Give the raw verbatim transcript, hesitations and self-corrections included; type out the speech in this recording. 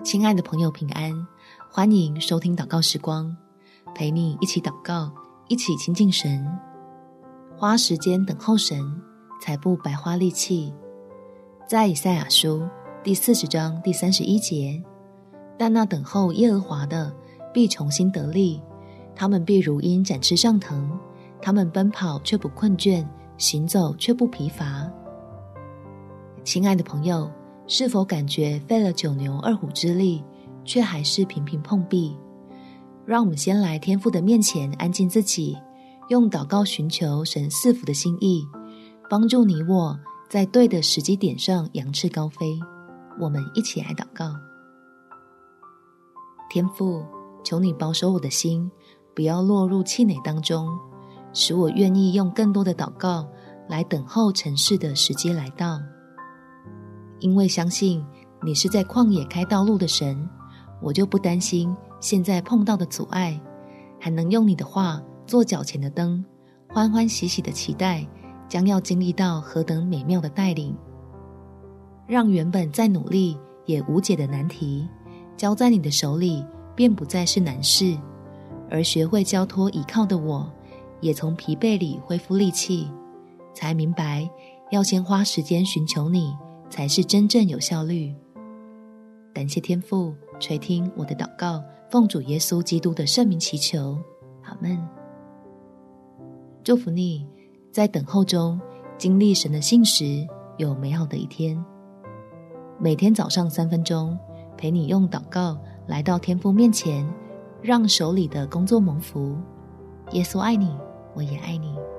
亲爱的朋友平安，欢迎收听祷告时光，陪你一起祷告，一起亲近神。花时间等候神，才不白花力气。在以赛亚书第四十章第三十一节，但那等候耶和华的必重新得力，他们必如鹰展翅上腾，他们奔跑却不困倦，行走却不疲乏。亲爱的朋友，是否感觉费了九牛二虎之力，却还是频频碰壁？让我们先来天父的面前安静自己，用祷告寻求神赐福的心意，帮助你我在对的时机点上扬翅高飞。我们一起来祷告。天父，求你保守我的心，不要落入气馁当中，使我愿意用更多的祷告来等候成事的时机来到。因为相信你是在旷野开道路的神，我就不担心现在碰到的阻碍，还能用你的话做脚前的灯，欢欢喜喜的期待将要经历到何等美妙的带领。让原本再努力也无解的难题交在你的手里，便不再是难事，而学会交托依靠的我，也从疲惫里恢复力气，才明白要先花时间寻求你，才是真正有效率。感谢天父垂听我的祷告，奉主耶稣基督的圣名祈求，阿们。祝福你在等候中经历神的信实，有美好的一天。每天早上三分钟，陪你用祷告来到天父面前，让手里的工作蒙福。耶稣爱你，我也爱你。